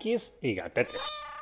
frikis y gatetes.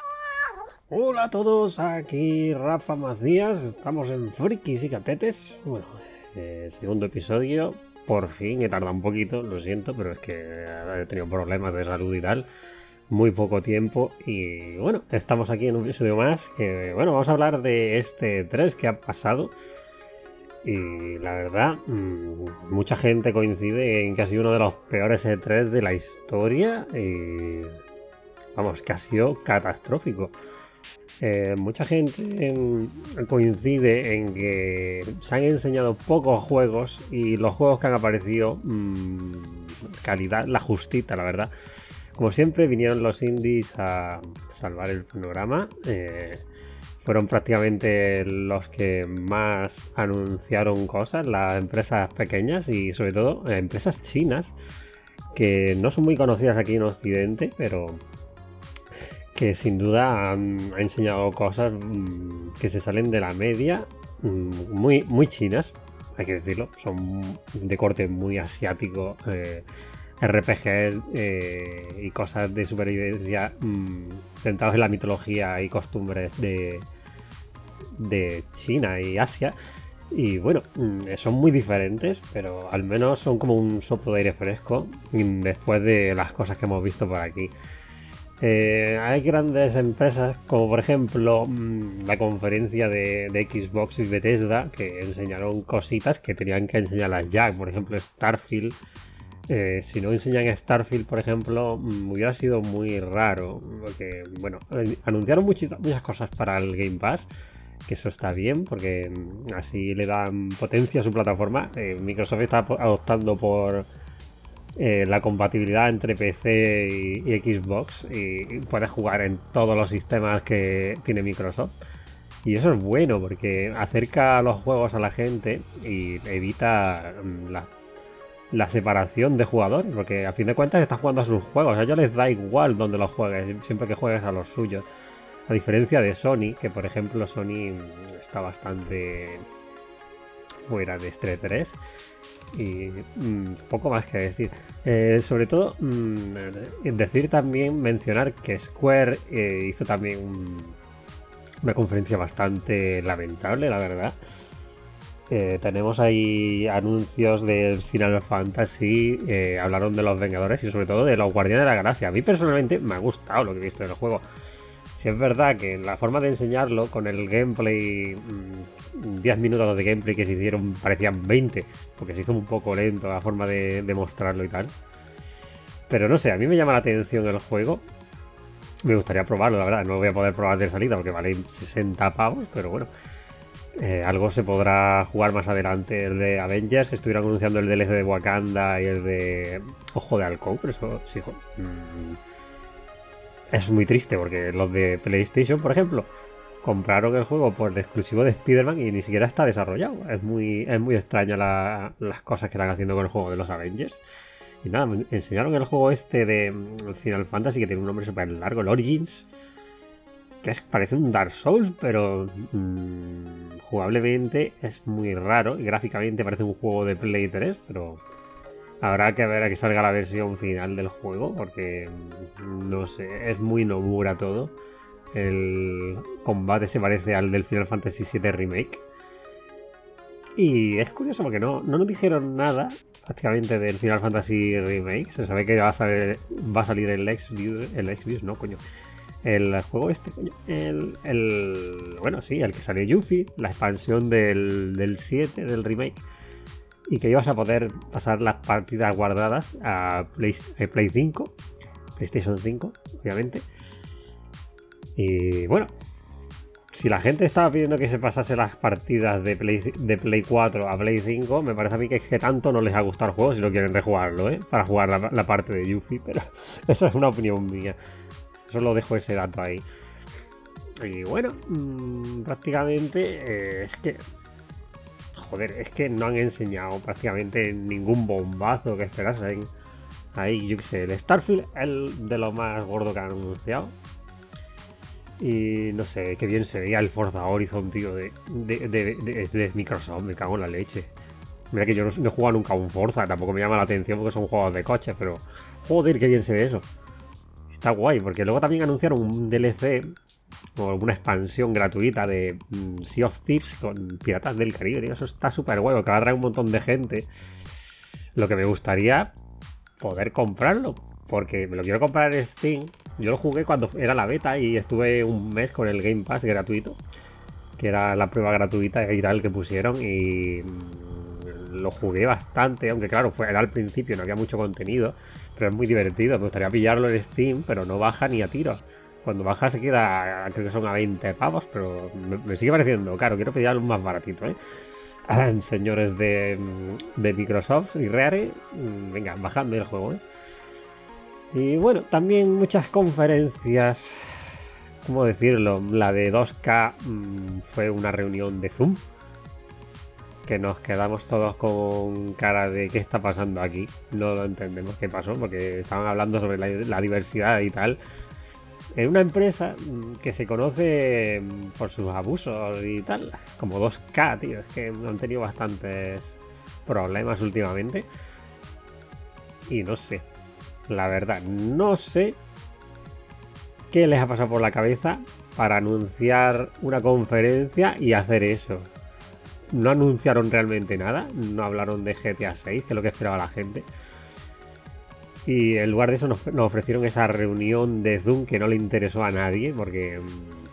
Hola a todos, aquí Rafa Macías, estamos en Frikis y Gatetes. Bueno, segundo episodio, por fin, he tardado un poquito, lo siento, pero es que he tenido problemas de salud y tal, muy poco tiempo. Y bueno, estamos aquí en un episodio más, que bueno, vamos a hablar de este 3 que ha pasado. Y la verdad, mucha gente coincide en que ha sido uno de los peores E3 de la historia y vamos, que ha sido catastrófico. Mucha gente coincide en que se han enseñado pocos juegos y los juegos que han aparecido, calidad, la justita, la verdad. Como siempre, vinieron los indies a salvar el panorama. Fueron prácticamente los que más anunciaron cosas, las empresas pequeñas y sobre todo empresas chinas que no son muy conocidas aquí en Occidente, pero que sin duda han enseñado cosas que se salen de la media, muy, muy chinas, hay que decirlo, son de corte muy asiático, RPGs y cosas de supervivencia centrados en la mitología y costumbres de China y Asia. Y bueno, son muy diferentes, pero al menos son como un soplo de aire fresco después de las cosas que hemos visto por aquí. Hay grandes empresas como por ejemplo la conferencia de Xbox y Bethesda, que enseñaron cositas que tenían que enseñarlas ya, por ejemplo Starfield. Si no enseñan Starfield, por ejemplo, hubiera sido muy raro, porque bueno, anunciaron muchas cosas para el Game Pass, que eso está bien porque así le dan potencia a su plataforma. Microsoft está adoptando por la compatibilidad entre PC y Xbox y puedes jugar en todos los sistemas que tiene Microsoft, y eso es bueno porque acerca los juegos a la gente y evita la separación de jugadores, porque a fin de cuentas estás jugando a sus juegos, a ellos les da igual donde los juegues, siempre que juegues a los suyos, a diferencia de Sony, que por ejemplo Sony está bastante fuera de este 3 y poco más que decir. Sobre todo decir también, mencionar que Square hizo también una conferencia bastante lamentable, la verdad. Tenemos ahí anuncios del Final Fantasy, hablaron de los Vengadores y sobre todo de los Guardianes de la Galaxia. A mí personalmente me ha gustado lo que he visto en el juego. Si es verdad que la forma de enseñarlo con el gameplay, 10 minutos de gameplay que se hicieron parecían 20, porque se hizo un poco lento la forma de mostrarlo y tal. Pero no sé, a mí me llama la atención el juego. Me gustaría probarlo, la verdad. No lo voy a poder probar de salida porque vale 60 pavos, pero bueno. Algo se podrá jugar más adelante. El de Avengers, estuvieron anunciando el DLC de Wakanda y el de Ojo de Halcón, pero eso sí, es muy triste porque los de PlayStation, por ejemplo, compraron el juego por el exclusivo de Spider-Man y ni siquiera está desarrollado. Es muy extraña las cosas que están haciendo con el juego de los Avengers. Y nada, me enseñaron el juego este de Final Fantasy, que tiene un nombre súper largo, el Origins, que parece un Dark Souls, pero jugablemente es muy raro y gráficamente parece un juego de Play 3, pero habrá que ver a que salga la versión final del juego, porque no sé, es muy Nomura todo. El combate se parece al del Final Fantasy VII Remake. Y es curioso porque no nos dijeron nada prácticamente del Final Fantasy Remake. Se sabe que va a salir el Exvius, no, coño. El juego este, coño. Bueno, sí, el que salió Yuffie, la expansión del 7, del remake. Y que ibas a poder pasar las partidas guardadas a Play 5, PlayStation 5, obviamente. Y bueno, si la gente estaba pidiendo que se pasase las partidas de Play 4 a Play 5, me parece a mí que es que tanto no les ha gustado el juego si no quieren rejugarlo, para jugar la parte de Yuffie, pero eso es una opinión mía. Solo dejo ese dato ahí. Y bueno, prácticamente es que... Joder, es que no han enseñado prácticamente ningún bombazo que esperasen. Ahí, yo qué sé, el Starfield es el de lo más gordo que han anunciado. Y no sé, qué bien se veía el Forza Horizon, tío, de Microsoft, me cago en la leche. Mira que yo no he jugado nunca a un Forza, tampoco me llama la atención porque son juegos de coches, pero joder, qué bien se ve eso. está guay, porque luego también anunciaron un DLC o una expansión gratuita de Sea of Thieves con Piratas del Caribe, tío. Eso está súper guay, que va a traer un montón de gente. Lo que me gustaría poder comprarlo, porque me lo quiero comprar en Steam. Yo lo jugué cuando era la beta y estuve un mes con el Game Pass gratuito, que era la prueba gratuita y tal que pusieron, y lo jugué bastante, aunque claro, era al principio, no había mucho contenido, pero es muy divertido. Me gustaría pillarlo en Steam, pero no baja ni a tiros. Cuando baja se queda, creo que son a 20 pavos, pero me sigue pareciendo caro. Quiero pillarlo más baratito, ¿eh? Señores de Microsoft y Rare, venga, bajadme el juego, ¿eh? Y bueno, también muchas conferencias. ¿Cómo decirlo? La de 2K fue una reunión de Zoom, que nos quedamos todos con cara de ¿qué está pasando aquí? No lo entendemos qué pasó, porque estaban hablando sobre la diversidad y tal, en una empresa que se conoce por sus abusos y tal, como 2K, tío. Es que han tenido bastantes problemas últimamente. Y no sé, la verdad, no sé qué les ha pasado por la cabeza para anunciar una conferencia y hacer eso. No anunciaron realmente nada, no hablaron de GTA 6, que es lo que esperaba la gente. Y en lugar de eso nos ofrecieron esa reunión de Zoom que no le interesó a nadie, porque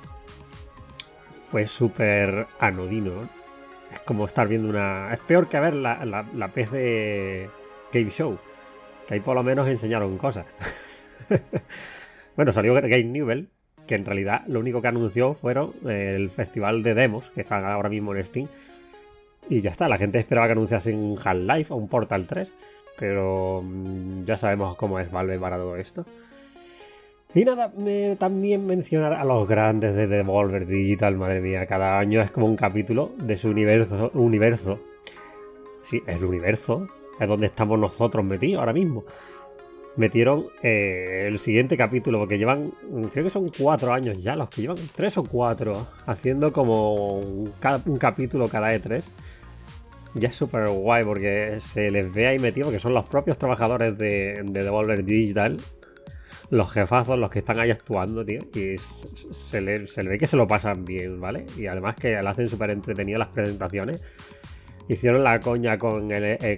fue súper anodino, ¿no? Es como estar viendo es peor que ver la PC Game Show, que ahí por lo menos enseñaron cosas. Bueno, salió Game Newell, que en realidad lo único que anunció fueron el festival de demos, que están ahora mismo en Steam. Y ya está, la gente esperaba que anunciasen un Half-Life o un Portal 3, pero ya sabemos cómo es Valve para todo esto. Y nada, también mencionar a los grandes de Devolver Digital, madre mía, cada año es como un capítulo de su universo. Sí, el universo es donde estamos nosotros metidos ahora mismo. Metieron el siguiente capítulo, porque llevan, creo que son 4 años ya los que llevan, 3 o 4, haciendo como un capítulo cada E3. Ya es súper guay porque se les ve ahí metido, porque son los propios trabajadores de Devolver Digital, los jefazos, los que están ahí actuando, tío. Y se le ve que se lo pasan bien, ¿vale? Y además que le hacen súper entretenidas las presentaciones. Hicieron la coña con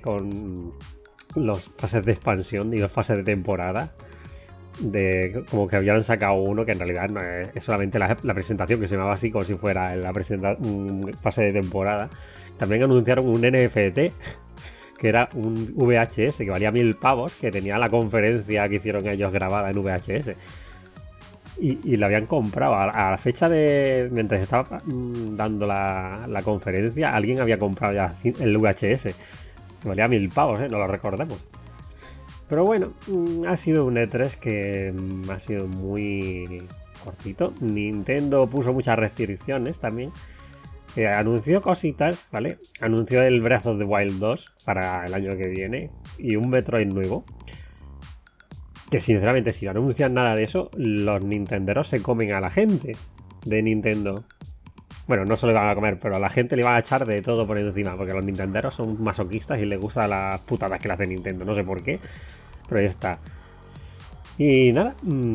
los pases de expansión y los pases de temporada. Como que habían sacado uno que en realidad no es solamente la presentación, que se llamaba así como si fuera un pase de temporada. También anunciaron un NFT, que era un VHS que valía 1000 pavos, que tenía la conferencia que hicieron ellos grabada en VHS. Y la habían comprado. A la fecha mientras estaba dando la conferencia, alguien había comprado ya el VHS. Que valía 1000 pavos, no lo recordemos. Pero bueno, ha sido un E3 que ha sido muy cortito. Nintendo puso muchas restricciones también. Anunció cositas, ¿vale? Anunció el Breath of the Wild 2 para el año que viene y un Metroid nuevo. Que sinceramente, si no anuncian nada de eso, los nintenderos se comen a la gente de Nintendo. Bueno, no se lo van a comer, pero a la gente le van a echar de todo por encima, porque los nintenderos son masoquistas y les gustan las putadas que le hace Nintendo. No sé por qué, pero ahí está. Y nada,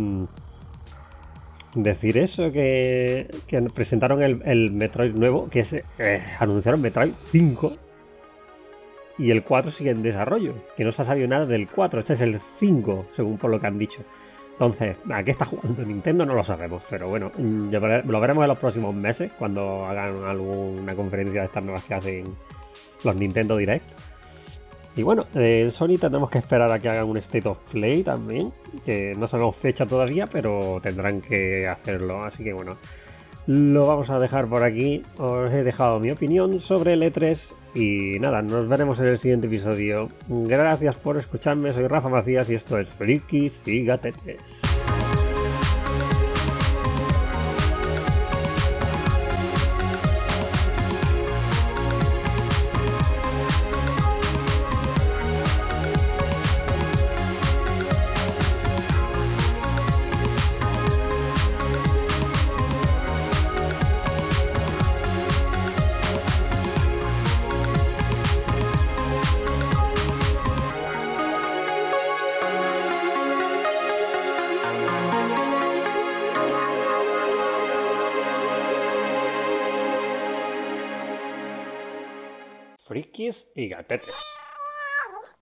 decir eso, que presentaron el Metroid nuevo, que es anunciaron Metroid 5 y el 4 sigue en desarrollo, que no se ha sabido nada del 4, este es el 5 según por lo que han dicho. Entonces, ¿a qué está jugando Nintendo? No lo sabemos, pero bueno, lo veremos en los próximos meses cuando hagan alguna conferencia de estas nuevas que hacen los Nintendo Direct. Y bueno, en Sony tendremos que esperar a que hagan un State of Play también, que no sabemos fecha todavía, pero tendrán que hacerlo. Así que bueno, lo vamos a dejar por aquí. Os he dejado mi opinión sobre el E3 y nada, nos veremos en el siguiente episodio. Gracias por escucharme, soy Rafa Macías y esto es Frikis y Gatetes. frikis y gatetes.